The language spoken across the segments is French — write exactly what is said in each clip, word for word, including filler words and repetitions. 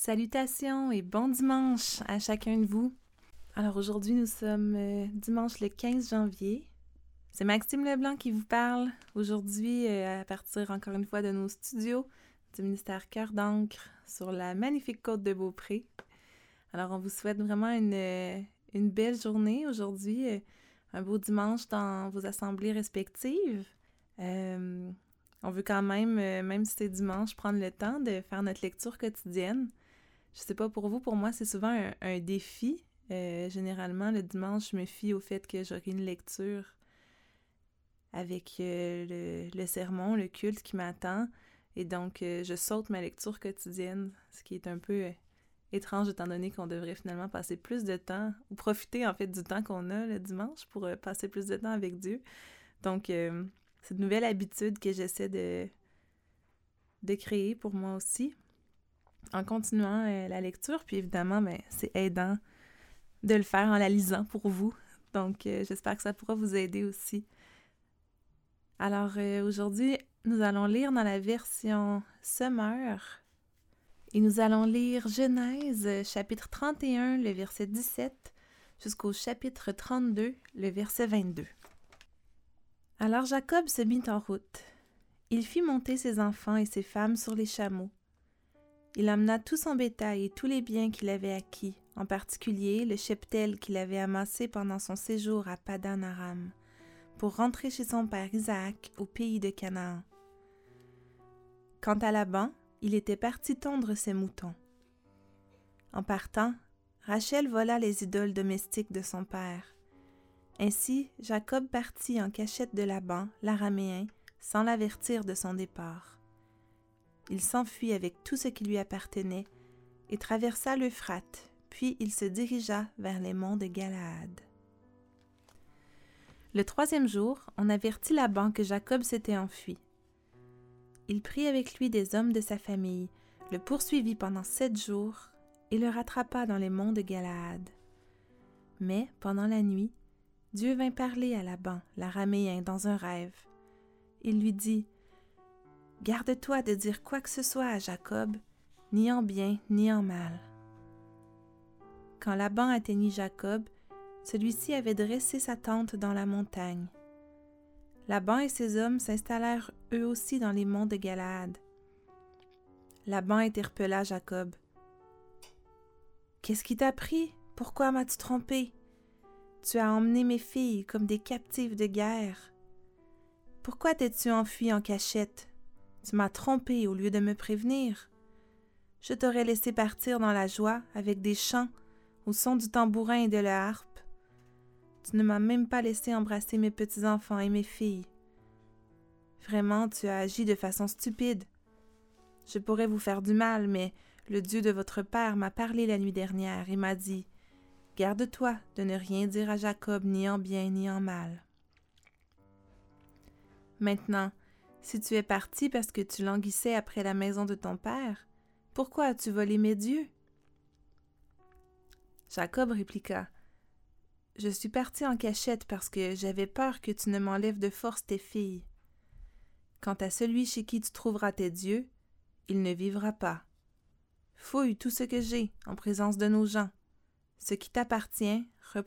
Salutations et bon dimanche à chacun de vous. Alors aujourd'hui, nous sommes euh, dimanche le quinze janvier. C'est Maxime Leblanc qui vous parle aujourd'hui euh, à partir encore une fois de nos studios du ministère Cœur d'encre sur la magnifique côte de Beaupré. Alors on vous souhaite vraiment une, euh, une belle journée aujourd'hui, euh, un beau dimanche dans vos assemblées respectives. Euh, on veut quand même, euh, même si c'est dimanche, prendre le temps de faire notre lecture quotidienne. Je sais pas pour vous, pour moi, c'est souvent un, un défi. Euh, généralement, le dimanche, je me fie au fait que j'aurai une lecture avec euh, le, le sermon, le culte qui m'attend. Et donc, euh, je saute ma lecture quotidienne, ce qui est un peu euh, étrange étant donné qu'on devrait finalement passer plus de temps, ou profiter en fait du temps qu'on a le dimanche pour euh, passer plus de temps avec Dieu. Donc, euh, c'est une nouvelle habitude que j'essaie de, de créer pour moi aussi, en continuant euh, la lecture, puis évidemment, ben, c'est aidant de le faire en la lisant pour vous. Donc, euh, j'espère que ça pourra vous aider aussi. Alors, euh, aujourd'hui, nous allons lire dans la version Summer et nous allons lire Genèse, chapitre trente et un, le verset dix-sept, jusqu'au chapitre trente-deux, le verset vingt-deux. Alors Jacob se mit en route. Il fit monter ses enfants et ses femmes sur les chameaux. Il amena tout son bétail et tous les biens qu'il avait acquis, en particulier le cheptel qu'il avait amassé pendant son séjour à Padan-Aram, pour rentrer chez son père Isaac au pays de Canaan. Quant à Laban, il était parti tondre ses moutons. En partant, Rachel vola les idoles domestiques de son père. Ainsi, Jacob partit en cachette de Laban, l'Araméen, sans l'avertir de son départ. Il s'enfuit avec tout ce qui lui appartenait et traversa l'Euphrate, puis il se dirigea vers les monts de Galaad. Le troisième jour, on avertit Laban que Jacob s'était enfui. Il prit avec lui des hommes de sa famille, le poursuivit pendant sept jours et le rattrapa dans les monts de Galaad. Mais, pendant la nuit, Dieu vint parler à Laban, l'Araméen, dans un rêve. Il lui dit: « Garde-toi de dire quoi que ce soit à Jacob, ni en bien, ni en mal. » Quand Laban atteignit Jacob, celui-ci avait dressé sa tente dans la montagne. Laban et ses hommes s'installèrent eux aussi dans les monts de Galaad. Laban interpella Jacob. « Qu'est-ce qui t'a pris? Pourquoi m'as-tu trompé? Tu as emmené mes filles comme des captives de guerre. Pourquoi t'es-tu enfui en cachette? Tu m'as trompé au lieu de me prévenir. Je t'aurais laissé partir dans la joie avec des chants au son du tambourin et de la harpe. Tu ne m'as même pas laissé embrasser mes petits-enfants et mes filles. Vraiment, tu as agi de façon stupide. Je pourrais vous faire du mal, mais le Dieu de votre père m'a parlé la nuit dernière et m'a dit: « Garde-toi de ne rien dire à Jacob ni en bien ni en mal. » Maintenant, si tu es parti parce que tu languissais après la maison de ton père, pourquoi as-tu volé mes dieux? Jacob répliqua: « Je suis parti en cachette parce que j'avais peur que tu ne m'enlèves de force tes filles. Quant à celui chez qui tu trouveras tes dieux, il ne vivra pas. Fouille tout ce que j'ai en présence de nos gens. Ce qui t'appartient, reprends-le. »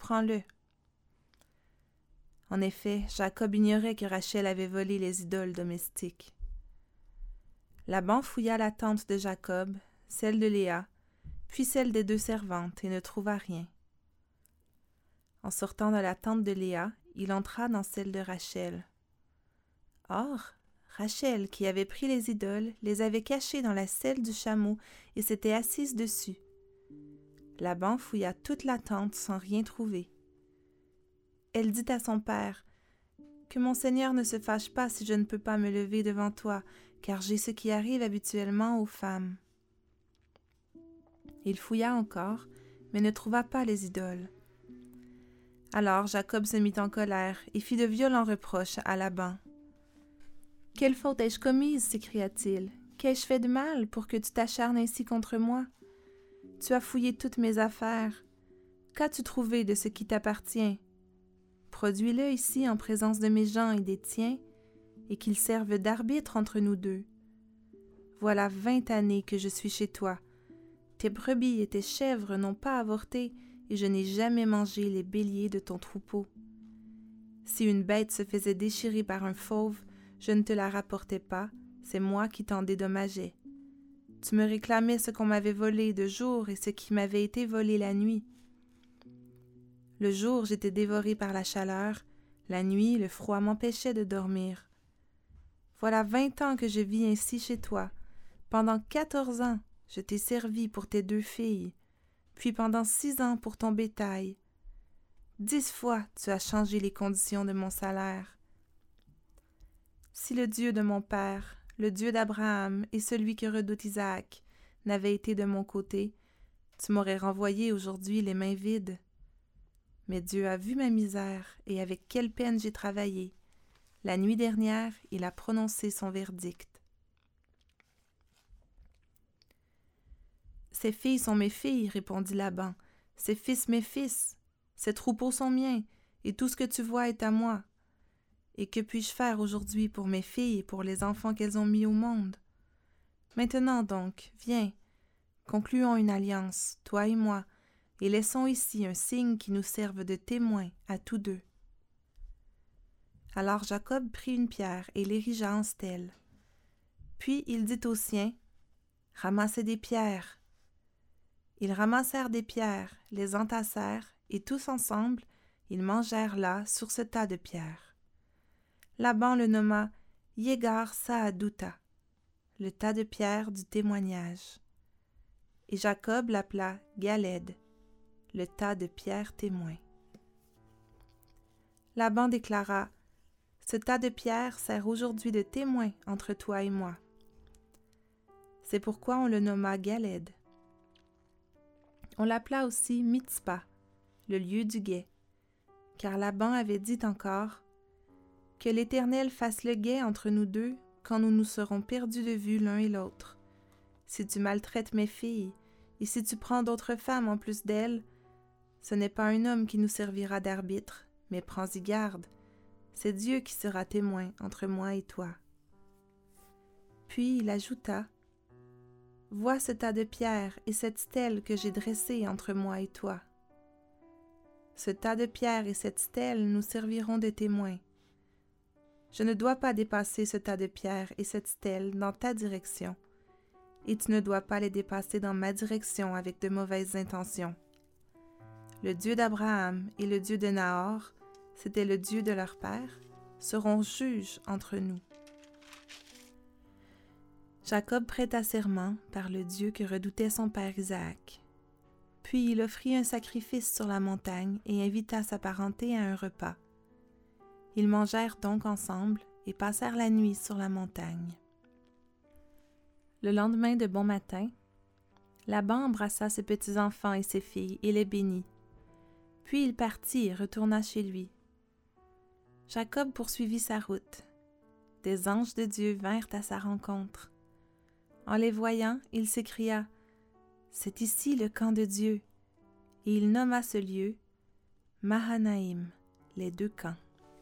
En effet, Jacob ignorait que Rachel avait volé les idoles domestiques. Laban fouilla la tente de Jacob, celle de Léa, puis celle des deux servantes, et ne trouva rien. En sortant de la tente de Léa, il entra dans celle de Rachel. Or, Rachel, qui avait pris les idoles, les avait cachées dans la selle du chameau et s'était assise dessus. Laban fouilla toute la tente sans rien trouver. Elle dit à son père: « Que mon Seigneur ne se fâche pas si je ne peux pas me lever devant toi, car j'ai ce qui arrive habituellement aux femmes. » Il fouilla encore, mais ne trouva pas les idoles. Alors Jacob se mit en colère et fit de violents reproches à Laban. « Quelle faute ai-je commise? » s'écria-t-il. « Qu'ai-je fait de mal pour que tu t'acharnes ainsi contre moi? Tu as fouillé toutes mes affaires. Qu'as-tu trouvé de ce qui t'appartient? Produis-le ici en présence de mes gens et des tiens, et qu'il serve d'arbitre entre nous deux. Voilà vingt années que je suis chez toi. Tes brebis et tes chèvres n'ont pas avorté, et je n'ai jamais mangé les béliers de ton troupeau. Si une bête se faisait déchirer par un fauve, je ne te la rapportais pas, c'est moi qui t'en dédommageais. Tu me réclamais ce qu'on m'avait volé de jour et ce qui m'avait été volé la nuit. Le jour, j'étais dévoré par la chaleur, la nuit, le froid m'empêchait de dormir. Voilà vingt ans que je vis ainsi chez toi. Pendant quatorze ans, je t'ai servi pour tes deux filles, puis pendant six ans pour ton bétail. Dix fois, tu as changé les conditions de mon salaire. Si le Dieu de mon père, le Dieu d'Abraham et celui que redoute Isaac, n'avaient été de mon côté, tu m'aurais renvoyé aujourd'hui les mains vides. Mais Dieu a vu ma misère et avec quelle peine j'ai travaillé. La nuit dernière, il a prononcé son verdict. Ces filles sont mes filles, répondit Laban. Ces fils mes fils. Ces troupeaux sont miens, et tout ce que tu vois est à moi. Et que puis-je faire aujourd'hui pour mes filles et pour les enfants qu'elles ont mis au monde? Maintenant donc, viens, concluons une alliance, toi et moi, et laissons ici un signe qui nous serve de témoin à tous deux. Alors Jacob prit une pierre et l'érigea en stèle. Puis il dit aux siens, « Ramassez des pierres. » Ils ramassèrent des pierres, les entassèrent, et tous ensemble, ils mangèrent là, sur ce tas de pierres. Laban le nomma Yegar Saaduta, le tas de pierres du témoignage. Et Jacob l'appela Galed, le tas de pierres témoins. Laban déclara, « Ce tas de pierres sert aujourd'hui de témoin entre toi et moi. » C'est pourquoi on le nomma Galed. On l'appela aussi Mitzpah, le lieu du guet, car Laban avait dit encore « Que l'Éternel fasse le guet entre nous deux quand nous nous serons perdus de vue l'un et l'autre. Si tu maltraites mes filles, et si tu prends d'autres femmes en plus d'elles, ce n'est pas un homme qui nous servira d'arbitre, mais prends-y garde, c'est Dieu qui sera témoin entre moi et toi. » Puis il ajouta, « Vois ce tas de pierres et cette stèle que j'ai dressée entre moi et toi. Ce tas de pierres et cette stèle nous serviront de témoins. Je ne dois pas dépasser ce tas de pierres et cette stèle dans ta direction, et tu ne dois pas les dépasser dans ma direction avec de mauvaises intentions. Le Dieu d'Abraham et le Dieu de Nahor, c'était le Dieu de leur père, seront juges entre nous. » Jacob prêta serment par le Dieu que redoutait son père Isaac. Puis il offrit un sacrifice sur la montagne et invita sa parenté à un repas. Ils mangèrent donc ensemble et passèrent la nuit sur la montagne. Le lendemain de bon matin, Laban embrassa ses petits-enfants et ses filles et les bénit. Puis il partit et retourna chez lui. Jacob poursuivit sa route. Des anges de Dieu vinrent à sa rencontre. En les voyant, il s'écria « C'est ici le camp de Dieu !» Et il nomma ce lieu Mahanaïm, les deux camps.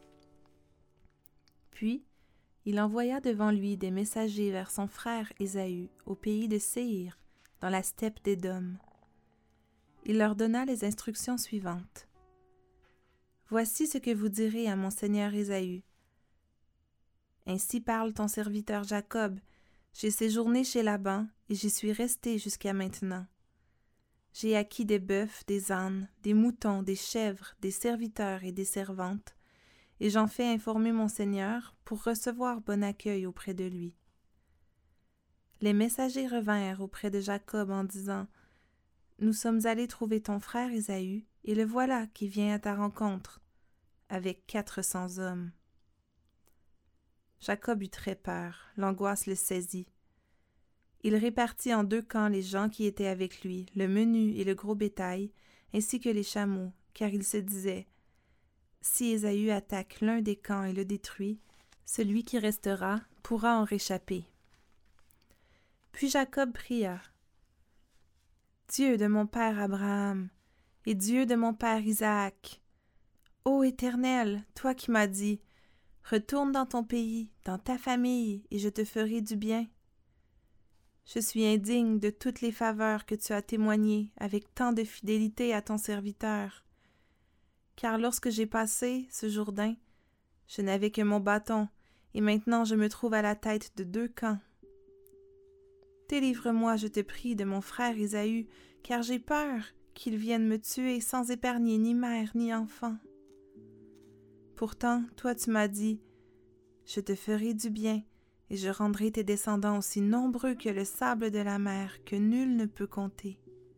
Puis, il envoya devant lui des messagers vers son frère Ésaü, au pays de Séhir, dans la steppe d'Édom. Il leur donna les instructions suivantes. « Voici ce que vous direz à mon seigneur Ésaü. Ainsi parle ton serviteur Jacob. J'ai séjourné chez Laban et j'y suis resté jusqu'à maintenant. J'ai acquis des bœufs, des ânes, des moutons, des chèvres, des serviteurs et des servantes, et j'en fais informer mon Seigneur pour recevoir bon accueil auprès de lui. » Les messagers revinrent auprès de Jacob en disant « Nous sommes allés trouver ton frère Ésaü, et le voilà qui vient à ta rencontre, avec quatre cents hommes. » Jacob eut très peur, l'angoisse le saisit. Il répartit en deux camps les gens qui étaient avec lui, le menu et le gros bétail, ainsi que les chameaux, car il se disait « Si Ésaü attaque l'un des camps et le détruit, celui qui restera pourra en réchapper. » Puis Jacob pria « Dieu de mon père Abraham et Dieu de mon père Isaac, ô Éternel, toi qui m'as dit « Retourne dans ton pays, dans ta famille, et je te ferai du bien. » Je suis indigne de toutes les faveurs que tu as témoignées avec tant de fidélité à ton serviteur. Car lorsque j'ai passé ce Jourdain, je n'avais que mon bâton, et maintenant je me trouve à la tête de deux camps. Délivre-moi, je te prie, de mon frère Ésaü, car j'ai peur qu'il vienne me tuer sans épargner ni mère ni enfant. Pourtant, toi tu m'as dit, je te ferai du bien, et je rendrai tes descendants aussi nombreux que le sable de la mer, que nul ne peut compter.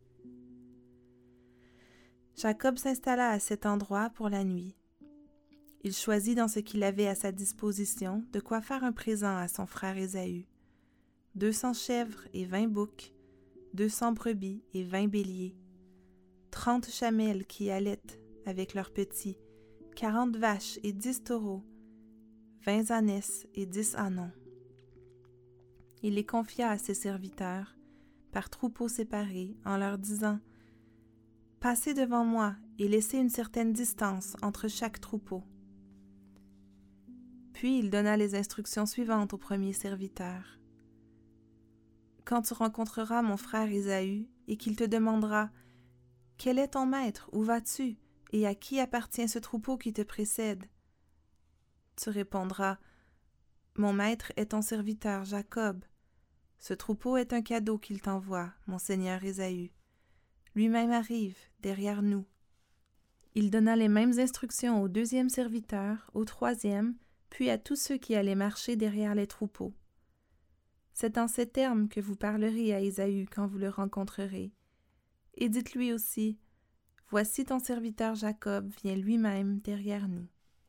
Jacob s'installa à cet endroit pour la nuit. Il choisit dans ce qu'il avait à sa disposition de quoi faire un présent à son frère Ésaü. Deux cents chèvres et vingt boucs, deux cents brebis et vingt béliers, trente chamelles qui allaitent avec leurs petits, quarante vaches et dix taureaux, vingt ânesses et dix ânons. Il les confia à ses serviteurs, par troupeaux séparés, en leur disant « Passez devant moi et laissez une certaine distance entre chaque troupeau. » Puis il donna les instructions suivantes au premier serviteur. « Quand tu rencontreras mon frère Ésaü et qu'il te demandera « Quel est ton maître? Où vas-tu? Et à qui appartient ce troupeau qui te précède? » Tu répondras « Mon maître est ton serviteur Jacob. Ce troupeau est un cadeau qu'il t'envoie, mon seigneur Ésaü. Lui-même arrive derrière nous. » Il donna les mêmes instructions au deuxième serviteur, au troisième, puis à tous ceux qui allaient marcher derrière les troupeaux. C'est en ces termes que vous parlerez à Ésaü quand vous le rencontrerez. Et dites-lui aussi, « Voici ton serviteur Jacob vient lui-même derrière nous. »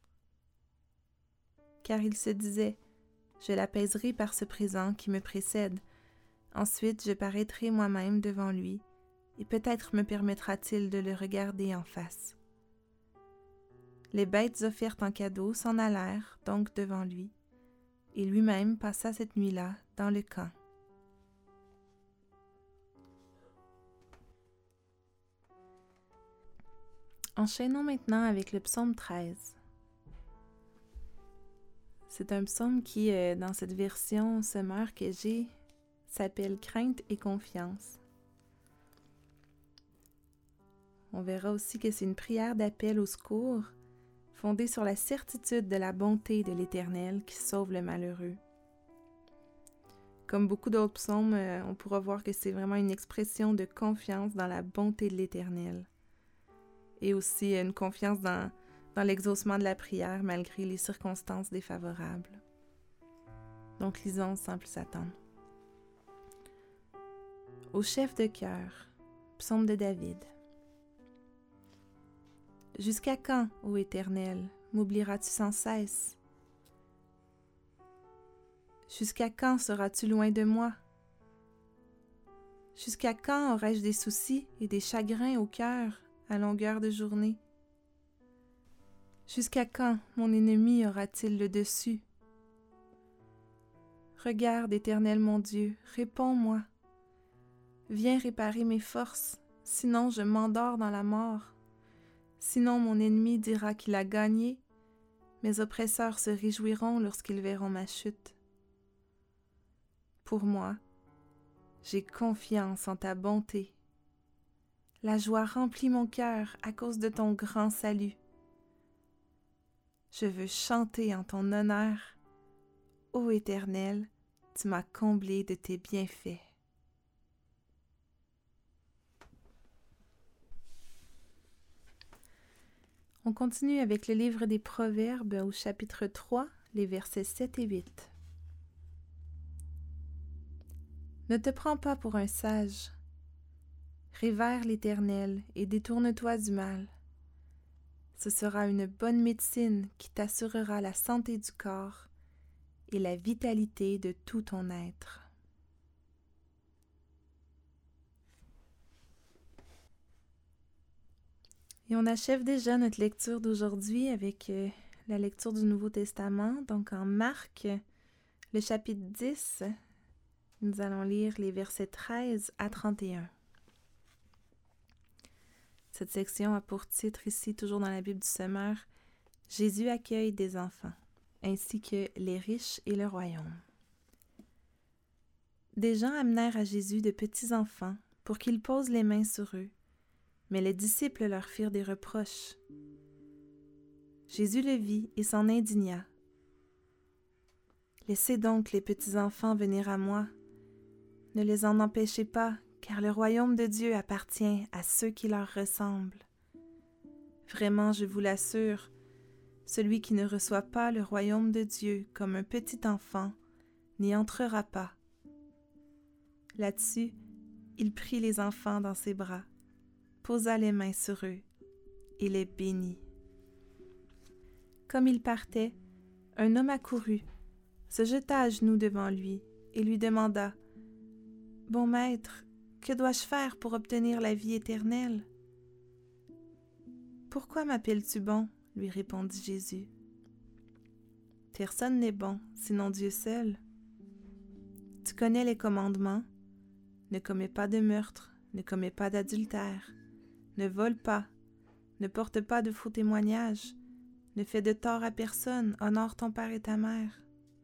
Car il se disait, « Je l'apaiserai par ce présent qui me précède. Ensuite je paraîtrai moi-même devant lui, et peut-être me permettra-t-il de le regarder en face. » Les bêtes offertes en cadeau s'en allèrent donc devant lui, et lui-même passa cette nuit-là dans le camp. Enchaînons maintenant avec le psaume treize. C'est un psaume qui, euh, dans cette version sommaire que j'ai, s'appelle « Crainte et confiance ». On verra aussi que c'est une prière d'appel au secours, fondée sur la certitude de la bonté de l'Éternel qui sauve le malheureux. Comme beaucoup d'autres psaumes, euh, on pourra voir que c'est vraiment une expression de confiance dans la bonté de l'Éternel. Et aussi une confiance dans, dans l'exaucement de la prière malgré les circonstances défavorables. Donc lisons sans plus attendre. Au chef de chœur, psaume de David. Jusqu'à quand, ô Éternel, m'oublieras-tu sans cesse? Jusqu'à quand seras-tu loin de moi? Jusqu'à quand aurai-je des soucis et des chagrins au cœur à longueur de journée? Jusqu'à quand mon ennemi aura-t-il le dessus? Regarde, Éternel mon Dieu, réponds-moi. Viens réparer mes forces, sinon je m'endors dans la mort. Sinon mon ennemi dira qu'il a gagné, mes oppresseurs se réjouiront lorsqu'ils verront ma chute. Pour moi, j'ai confiance en ta bonté. La joie remplit mon cœur à cause de ton grand salut. Je veux chanter en ton honneur. Ô Éternel, tu m'as comblé de tes bienfaits. On continue avec le livre des Proverbes au chapitre trois, les versets sept et huit. Ne te prends pas pour un sage. Révère l'Éternel et détourne-toi du mal. Ce sera une bonne médecine qui t'assurera la santé du corps et la vitalité de tout ton être. Et on achève déjà notre lecture d'aujourd'hui avec euh, la lecture du Nouveau Testament. Donc en Marc, le chapitre dix, nous allons lire les versets treize à trente et un. Cette section a pour titre ici, toujours dans la Bible du Semeur, « Jésus accueille des enfants, ainsi que les riches et le royaume ». Des gens amenèrent à Jésus de petits enfants pour qu'il pose les mains sur eux, mais les disciples leur firent des reproches. Jésus le vit et s'en indigna. « Laissez donc les petits enfants venir à moi. Ne les en empêchez pas, car le royaume de Dieu appartient à ceux qui leur ressemblent. Vraiment, je vous l'assure, celui qui ne reçoit pas le royaume de Dieu comme un petit enfant n'y entrera pas. » Là-dessus, il prit les enfants dans ses bras, posa les mains sur eux et les bénit. Comme il partait, un homme accourut, se jeta à genoux devant lui et lui demanda « Bon maître, que dois-je faire pour obtenir la vie éternelle? » « Pourquoi m'appelles-tu bon? » lui répondit Jésus. « Personne n'est bon, sinon Dieu seul. Tu connais les commandements. Ne commets pas de meurtre, ne commets pas d'adultère, ne vole pas, ne porte pas de faux témoignages, ne fais de tort à personne, honore ton père et ta mère. »«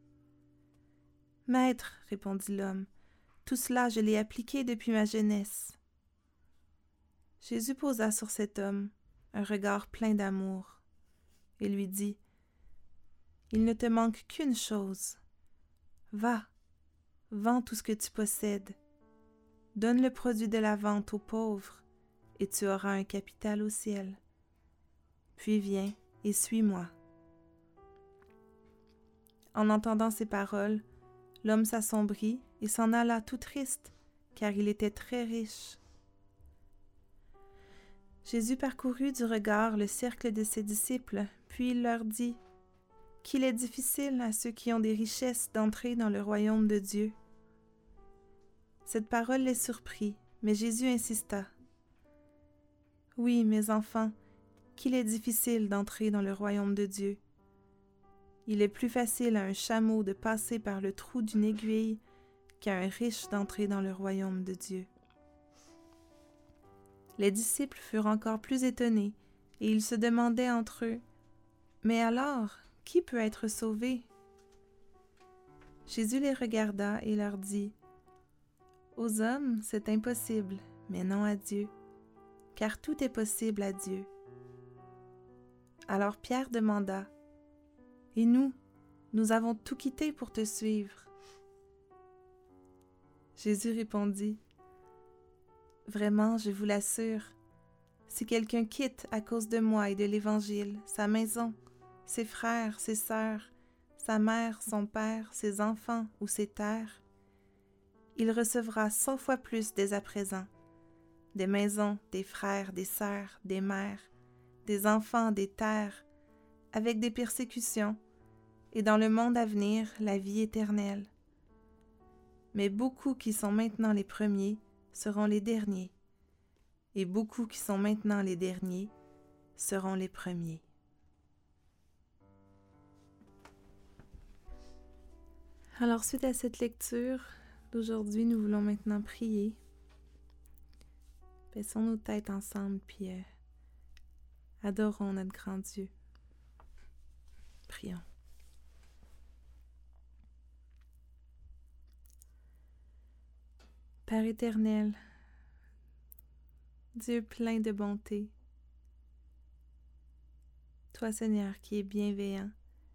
Maître, répondit l'homme, tout cela je l'ai appliqué depuis ma jeunesse. » Jésus posa sur cet homme un regard plein d'amour et lui dit « Il ne te manque qu'une chose. Va, vends tout ce que tu possèdes, donne le produit de la vente aux pauvres et tu auras un capital au ciel. Puis viens et suis-moi. » En entendant ces paroles, l'homme s'assombrit et s'en alla tout triste, car il était très riche. Jésus parcourut du regard le cercle de ses disciples, puis il leur dit « Qu'il est difficile à ceux qui ont des richesses d'entrer dans le royaume de Dieu. » Cette parole les surprit, mais Jésus insista. « Oui, mes enfants, qu'il est difficile d'entrer dans le royaume de Dieu. Il est plus facile à un chameau de passer par le trou d'une aiguille qu'à un riche d'entrer dans le royaume de Dieu. » Les disciples furent encore plus étonnés, et ils se demandaient entre eux, « Mais alors, qui peut être sauvé? » Jésus les regarda et leur dit, « Aux hommes, c'est impossible, mais non à Dieu, car tout est possible à Dieu. » Alors Pierre demanda, « Et nous, nous avons tout quitté pour te suivre. » Jésus répondit, « Vraiment, je vous l'assure, si quelqu'un quitte à cause de moi et de l'Évangile sa maison, ses frères, ses sœurs, sa mère, son père, ses enfants ou ses terres, il recevra cent fois plus dès à présent, des maisons, des frères, des sœurs, des mères, des enfants, des terres, avec des persécutions, et dans le monde à venir, la vie éternelle. Mais beaucoup qui sont maintenant les premiers seront les derniers, et beaucoup qui sont maintenant les derniers seront les premiers. » Alors, suite à cette lecture d'aujourd'hui, nous voulons maintenant prier. Baissons nos têtes ensemble, puis euh, adorons notre grand Dieu. Prions. Père éternel, Dieu plein de bonté, toi Seigneur qui es bienveillant,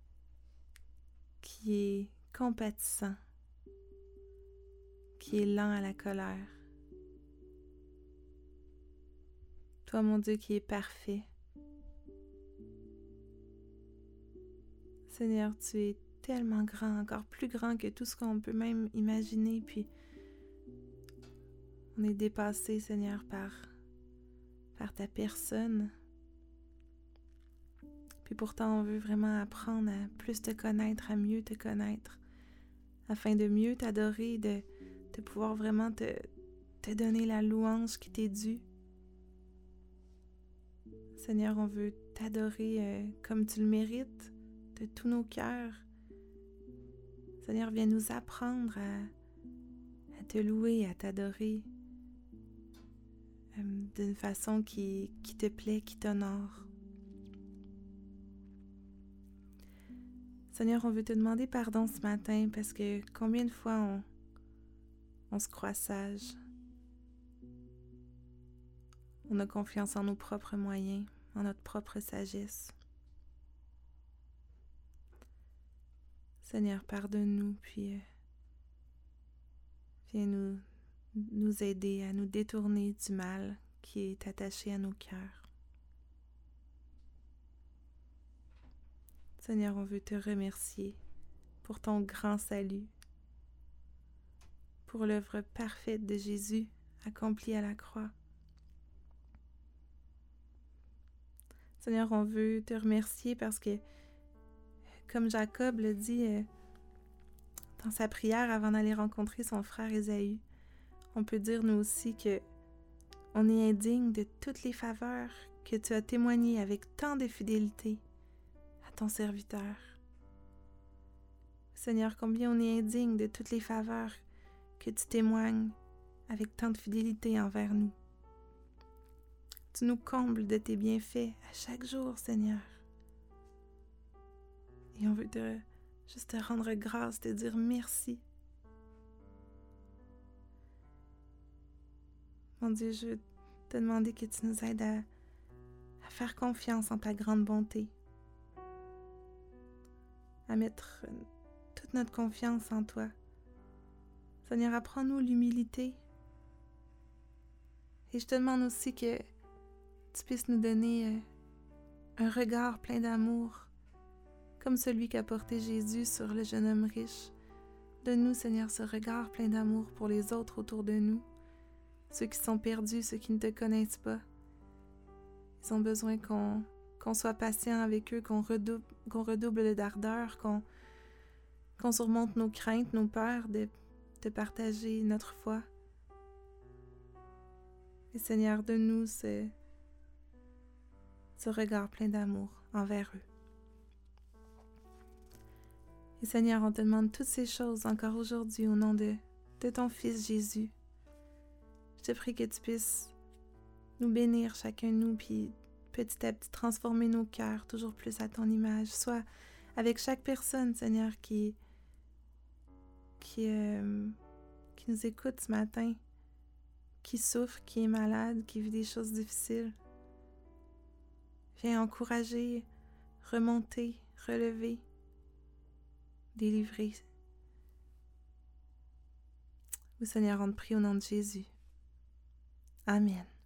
qui est compatissant, qui est lent à la colère, toi mon Dieu qui est parfait. Seigneur, tu es tellement grand, encore plus grand que tout ce qu'on peut même imaginer, puis on est dépassé, Seigneur, par, par ta personne. Puis pourtant, on veut vraiment apprendre à plus te connaître, à mieux te connaître, afin de mieux t'adorer, de, de pouvoir vraiment te, te donner la louange qui t'est due. Seigneur, on veut t'adorer euh, comme tu le mérites, de tous nos cœurs. Seigneur, viens nous apprendre à, à te louer, à t'adorer euh, d'une façon qui, qui te plaît, qui t'honore. Seigneur, on veut te demander pardon ce matin parce que combien de fois on, on se croit sage. On a confiance en nos propres moyens, en notre propre sagesse. Seigneur, pardonne-nous, puis euh, viens nous, nous aider à nous détourner du mal qui est attaché à nos cœurs. Seigneur, on veut te remercier pour ton grand salut, pour l'œuvre parfaite de Jésus accomplie à la croix. Seigneur, on veut te remercier parce que, comme Jacob le dit euh, dans sa prière avant d'aller rencontrer son frère Ésaü, on peut dire nous aussi que on est indigne de toutes les faveurs que tu as témoignées avec tant de fidélité à ton serviteur. Seigneur, combien on est indigne de toutes les faveurs que tu témoignes avec tant de fidélité envers nous. Tu nous combles de tes bienfaits à chaque jour, Seigneur. Et on veut te, juste te rendre grâce, te dire merci. Mon Dieu, je veux te demander que tu nous aides à, à faire confiance en ta grande bonté, à mettre toute notre confiance en toi. Seigneur, apprends-nous l'humilité. Et je te demande aussi que tu puisses nous donner un regard plein d'amour, comme celui qu'a porté Jésus sur le jeune homme riche. Donne-nous, Seigneur, ce regard plein d'amour pour les autres autour de nous, ceux qui sont perdus, ceux qui ne te connaissent pas. Ils ont besoin qu'on, qu'on soit patient avec eux, qu'on redouble, qu'on redouble d'ardeur, qu'on, qu'on surmonte nos craintes, nos peurs de, de partager notre foi. Et Seigneur, donne-nous ce, ce regard plein d'amour envers eux. Et Seigneur, on te demande toutes ces choses encore aujourd'hui au nom de, de ton Fils Jésus. Je te prie que tu puisses nous bénir chacun de nous, puis petit à petit transformer nos cœurs toujours plus à ton image, soit avec chaque personne, Seigneur, qui, qui, euh, qui nous écoute ce matin, qui souffre, qui est malade, qui vit des choses difficiles. Viens encourager, remonter, relever, délivrer. Oui, Seigneur, on te prie au nom de Jésus. Amen.